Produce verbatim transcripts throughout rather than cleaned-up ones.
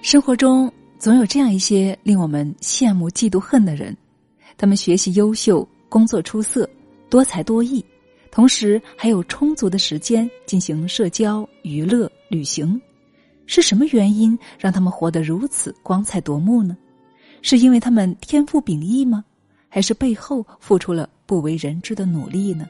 生活中总有这样一些令我们羡慕嫉妒恨的人，他们学习优秀，工作出色，多才多艺，同时还有充足的时间进行社交、娱乐、旅行。是什么原因让他们活得如此光彩夺目呢？是因为他们天赋秉异吗？还是背后付出了不为人知的努力呢？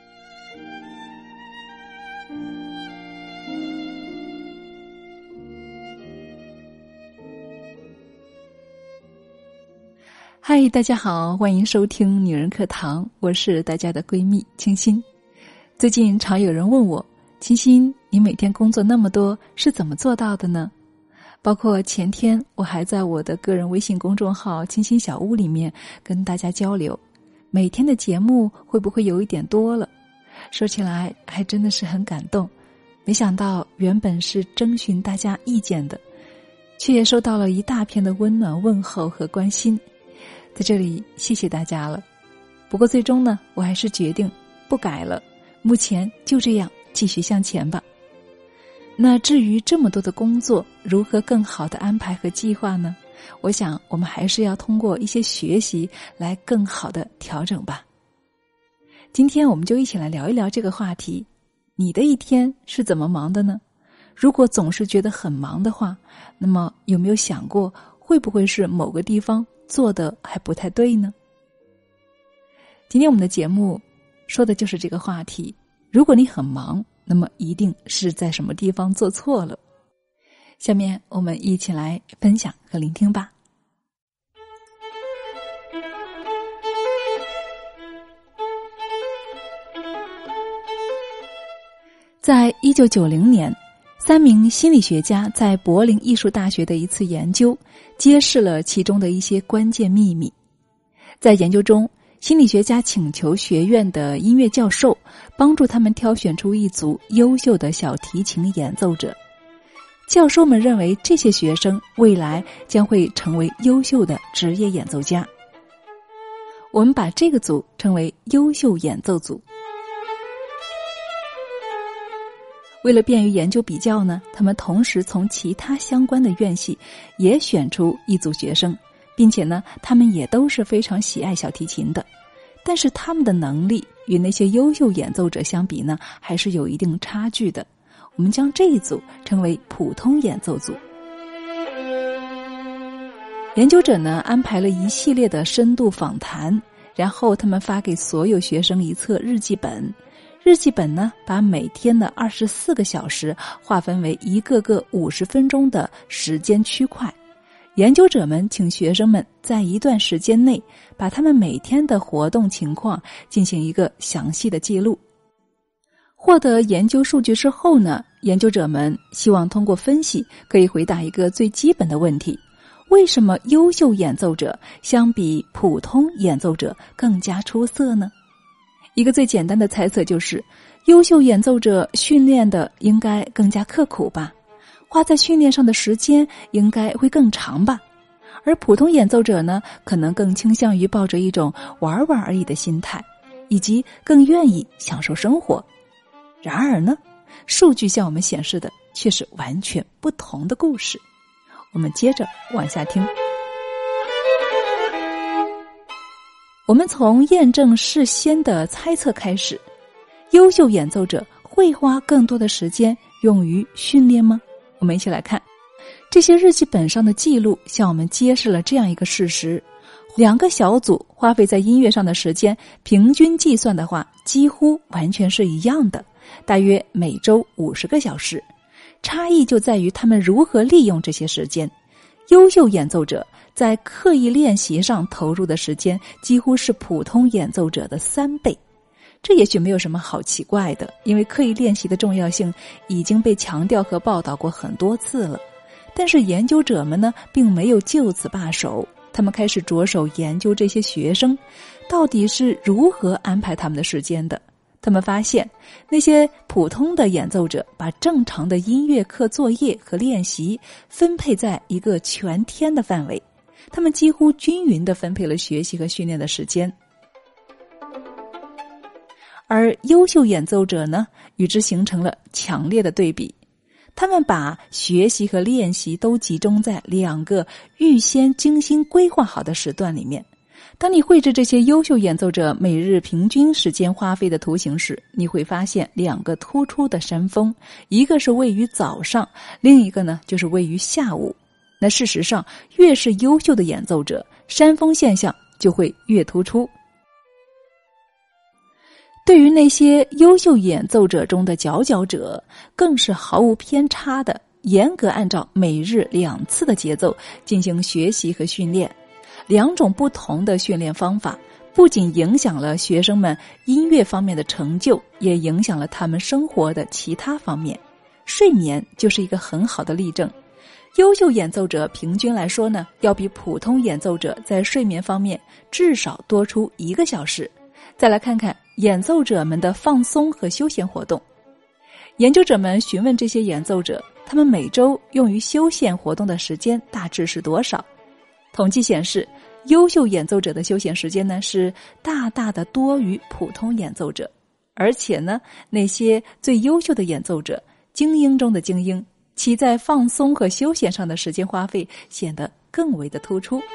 嗨，大家好，欢迎收听女人课堂，我是大家的闺蜜清新。最近常有人问我，清新，你每天工作那么多，是怎么做到的呢？包括前天我还在我的个人微信公众号清新小屋里面跟大家交流，每天的节目会不会有一点多了？说起来还真的是很感动，没想到原本是征询大家意见的，却也收到了一大片的温暖问候和关心。在这里谢谢大家了。不过最终呢，我还是决定不改了，目前就这样继续向前吧。那至于这么多的工作如何更好的安排和计划呢？我想我们还是要通过一些学习来更好的调整吧。今天我们就一起来聊一聊这个话题，你的一天是怎么忙的呢？如果总是觉得很忙的话，那么有没有想过会不会是某个地方做的还不太对呢？今天我们的节目说的就是这个话题。如果你很忙，那么一定是在什么地方做错了。下面我们一起来分享和聆听吧。在一九九零年，三名心理学家在柏林艺术大学的一次研究揭示了其中的一些关键秘密。在研究中，心理学家请求学院的音乐教授帮助他们挑选出一组优秀的小提琴演奏者。教授们认为这些学生未来将会成为优秀的职业演奏家。我们把这个组称为优秀演奏组。为了便于研究比较呢，他们同时从其他相关的院系也选出一组学生，并且呢，他们也都是非常喜爱小提琴的，但是他们的能力与那些优秀演奏者相比呢，还是有一定差距的。我们将这一组称为普通演奏组。研究者呢，安排了一系列的深度访谈，然后他们发给所有学生一册日记本。日记本呢，把每天的二十四个小时划分为一个个五十分钟的时间区块。研究者们请学生们在一段时间内把他们每天的活动情况进行一个详细的记录。获得研究数据之后呢，研究者们希望通过分析可以回答一个最基本的问题：为什么优秀演奏者相比普通演奏者更加出色呢？一个最简单的猜测就是，优秀演奏者训练的应该更加刻苦吧，花在训练上的时间应该会更长吧，而普通演奏者呢，可能更倾向于抱着一种玩玩而已的心态，以及更愿意享受生活。然而呢，数据向我们显示的却是完全不同的故事。我们接着往下听。我们从验证事先的猜测开始，优秀演奏者会花更多的时间用于训练吗？我们一起来看，这些日记本上的记录向我们揭示了这样一个事实：两个小组花费在音乐上的时间，平均计算的话，几乎完全是一样的，大约每周五十个小时。差异就在于他们如何利用这些时间。优秀演奏者在刻意练习上投入的时间几乎是普通演奏者的三倍。这也许没有什么好奇怪的，因为刻意练习的重要性已经被强调和报道过很多次了。但是研究者们呢，并没有就此罢手，他们开始着手研究这些学生到底是如何安排他们的时间的。他们发现，那些普通的演奏者把正常的音乐课作业和练习分配在一个全天的范围，他们几乎均匀地分配了学习和训练的时间。而优秀演奏者呢，与之形成了强烈的对比。 他们把学习和练习都集中在两个预先精心规划好的时段里面。当你绘制这些优秀演奏者每日平均时间花费的图形时，你会发现两个突出的山峰，一个是位于早上，另一个呢就是位于下午。那事实上，越是优秀的演奏者，山峰现象就会越突出。对于那些优秀演奏者中的佼佼者，更是毫无偏差的，严格按照每日两次的节奏进行学习和训练。两种不同的训练方法，不仅影响了学生们音乐方面的成就，也影响了他们生活的其他方面。睡眠就是一个很好的例证。优秀演奏者平均来说呢，要比普通演奏者在睡眠方面至少多出一个小时。再来看看演奏者们的放松和休闲活动。研究者们询问这些演奏者，他们每周用于休闲活动的时间大致是多少？统计显示，优秀演奏者的休闲时间呢是大大的多于普通演奏者，而且呢，那些最优秀的演奏者，精英中的精英，其在放松和休闲上的时间花费显得更为的突出。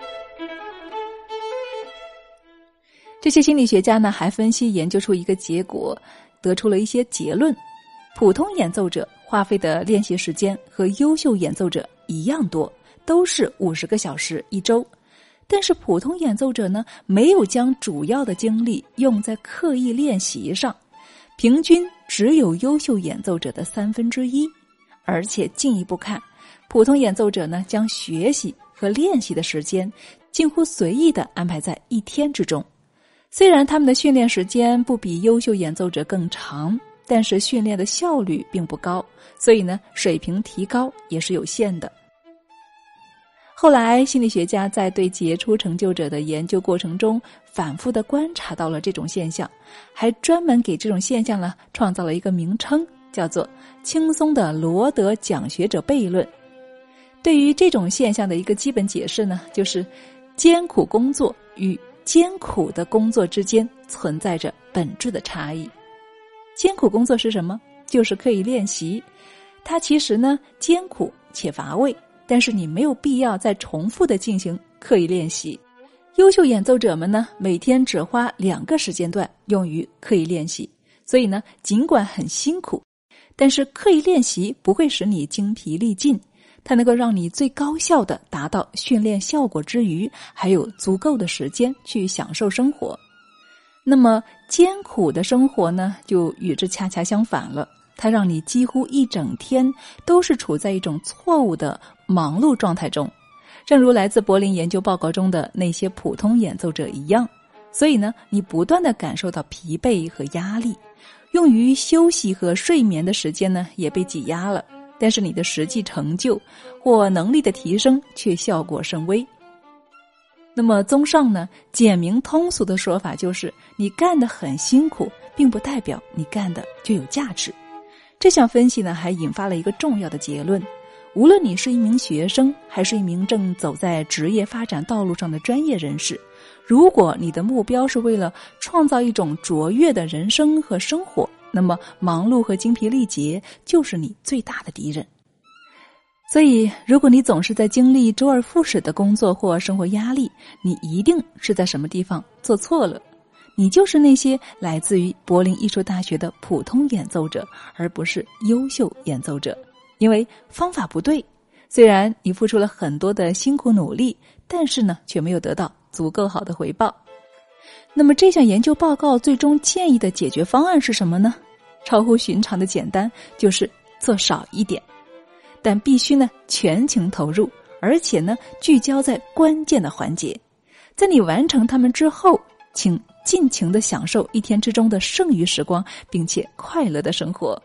这些心理学家呢还分析研究出一个结果，得出了一些结论。普通演奏者花费的练习时间和优秀演奏者一样多，都是五十个小时一周。但是普通演奏者呢，没有将主要的精力用在刻意练习上，平均只有优秀演奏者的三分之一。而且进一步看，普通演奏者呢，将学习和练习的时间近乎随意地安排在一天之中。虽然他们的训练时间不比优秀演奏者更长，但是训练的效率并不高，所以呢，水平提高也是有限的。后来心理学家在对杰出成就者的研究过程中反复地观察到了这种现象，还专门给这种现象呢创造了一个名称，叫做轻松的罗德奖学者悖论。对于这种现象的一个基本解释呢，就是艰苦工作与艰苦的工作之间存在着本质的差异。艰苦工作是什么？就是刻意练习，它其实呢艰苦且乏味，但是你没有必要再重复的进行刻意练习。优秀演奏者们呢，每天只花两个时间段用于刻意练习，所以呢，尽管很辛苦，但是刻意练习不会使你精疲力尽，它能够让你最高效的达到训练效果之余，还有足够的时间去享受生活。那么艰苦的生活呢，就与之恰恰相反了，它让你几乎一整天都是处在一种错误的忙碌状态中，正如来自柏林研究报告中的那些普通演奏者一样。所以呢，你不断地感受到疲惫和压力，用于休息和睡眠的时间呢也被挤压了，但是你的实际成就或能力的提升却效果甚微。那么综上呢，简明通俗的说法就是，你干得很辛苦，并不代表你干的就有价值。这项分析呢，还引发了一个重要的结论：无论你是一名学生，还是一名正走在职业发展道路上的专业人士，如果你的目标是为了创造一种卓越的人生和生活，那么忙碌和精疲力竭就是你最大的敌人。所以如果你总是在经历周而复始的工作或生活压力，你一定是在什么地方做错了。你就是那些来自于柏林艺术大学的普通演奏者，而不是优秀演奏者。因为方法不对，虽然你付出了很多的辛苦努力，但是呢，却没有得到足够好的回报。那么这项研究报告最终建议的解决方案是什么呢？超乎寻常的简单，就是做少一点，但必须呢全情投入，而且呢聚焦在关键的环节。在你完成它们之后，请尽情地享受一天之中的剩余时光，并且快乐地生活。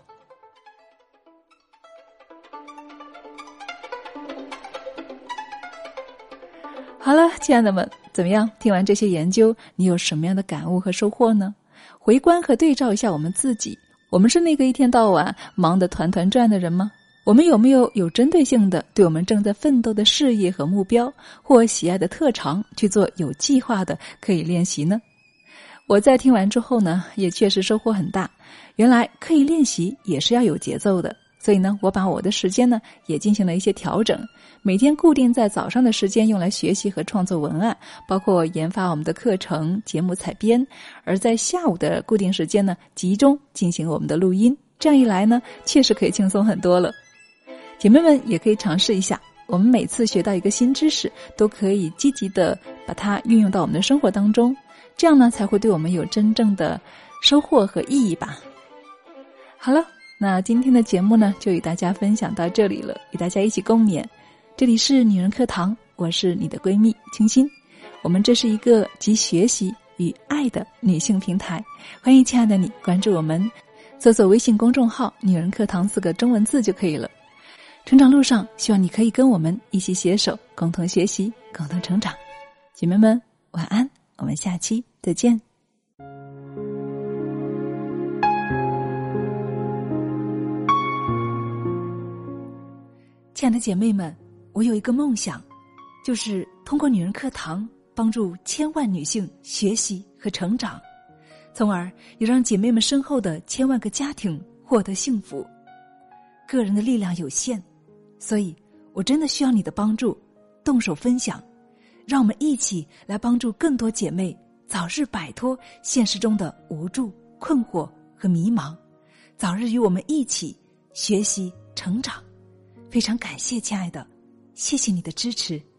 好了，亲爱的们，怎么样？听完这些研究，你有什么样的感悟和收获呢？回观和对照一下我们自己，我们是那个一天到晚忙得团团转的人吗？我们有没有有针对性的对我们正在奋斗的事业和目标，或喜爱的特长去做有计划的刻意练习呢？我在听完之后呢，也确实收获很大。原来刻意练习也是要有节奏的， 所以呢，我把我的时间呢也进行了一些调整，每天固定在早上的时间用来学习和创作文案，包括研发我们的课程、节目采编，而在下午的固定时间呢，集中进行我们的录音。这样一来呢，确实可以轻松很多了。姐妹们也可以尝试一下，我们每次学到一个新知识，都可以积极的把它运用到我们的生活当中，这样呢才会对我们有真正的收获和意义吧。好了，那今天的节目呢，就与大家分享到这里了，与大家一起共勉。这里是女人课堂，我是你的闺蜜清新。我们这是一个集学习与爱的女性平台，欢迎亲爱的你关注我们，搜索微信公众号女人课堂四个中文字就可以了。成长路上，希望你可以跟我们一起携手，共同学习，共同成长。姐妹们，晚安，我们下期再见。亲爱的姐妹们，我有一个梦想，就是通过女人课堂帮助千万女性学习和成长，从而也让姐妹们身后的千万个家庭获得幸福。个人的力量有限，所以我真的需要你的帮助，动手分享，让我们一起来帮助更多姐妹早日摆脱现实中的无助、困惑和迷茫，早日与我们一起学习成长。非常感谢亲爱的，谢谢你的支持。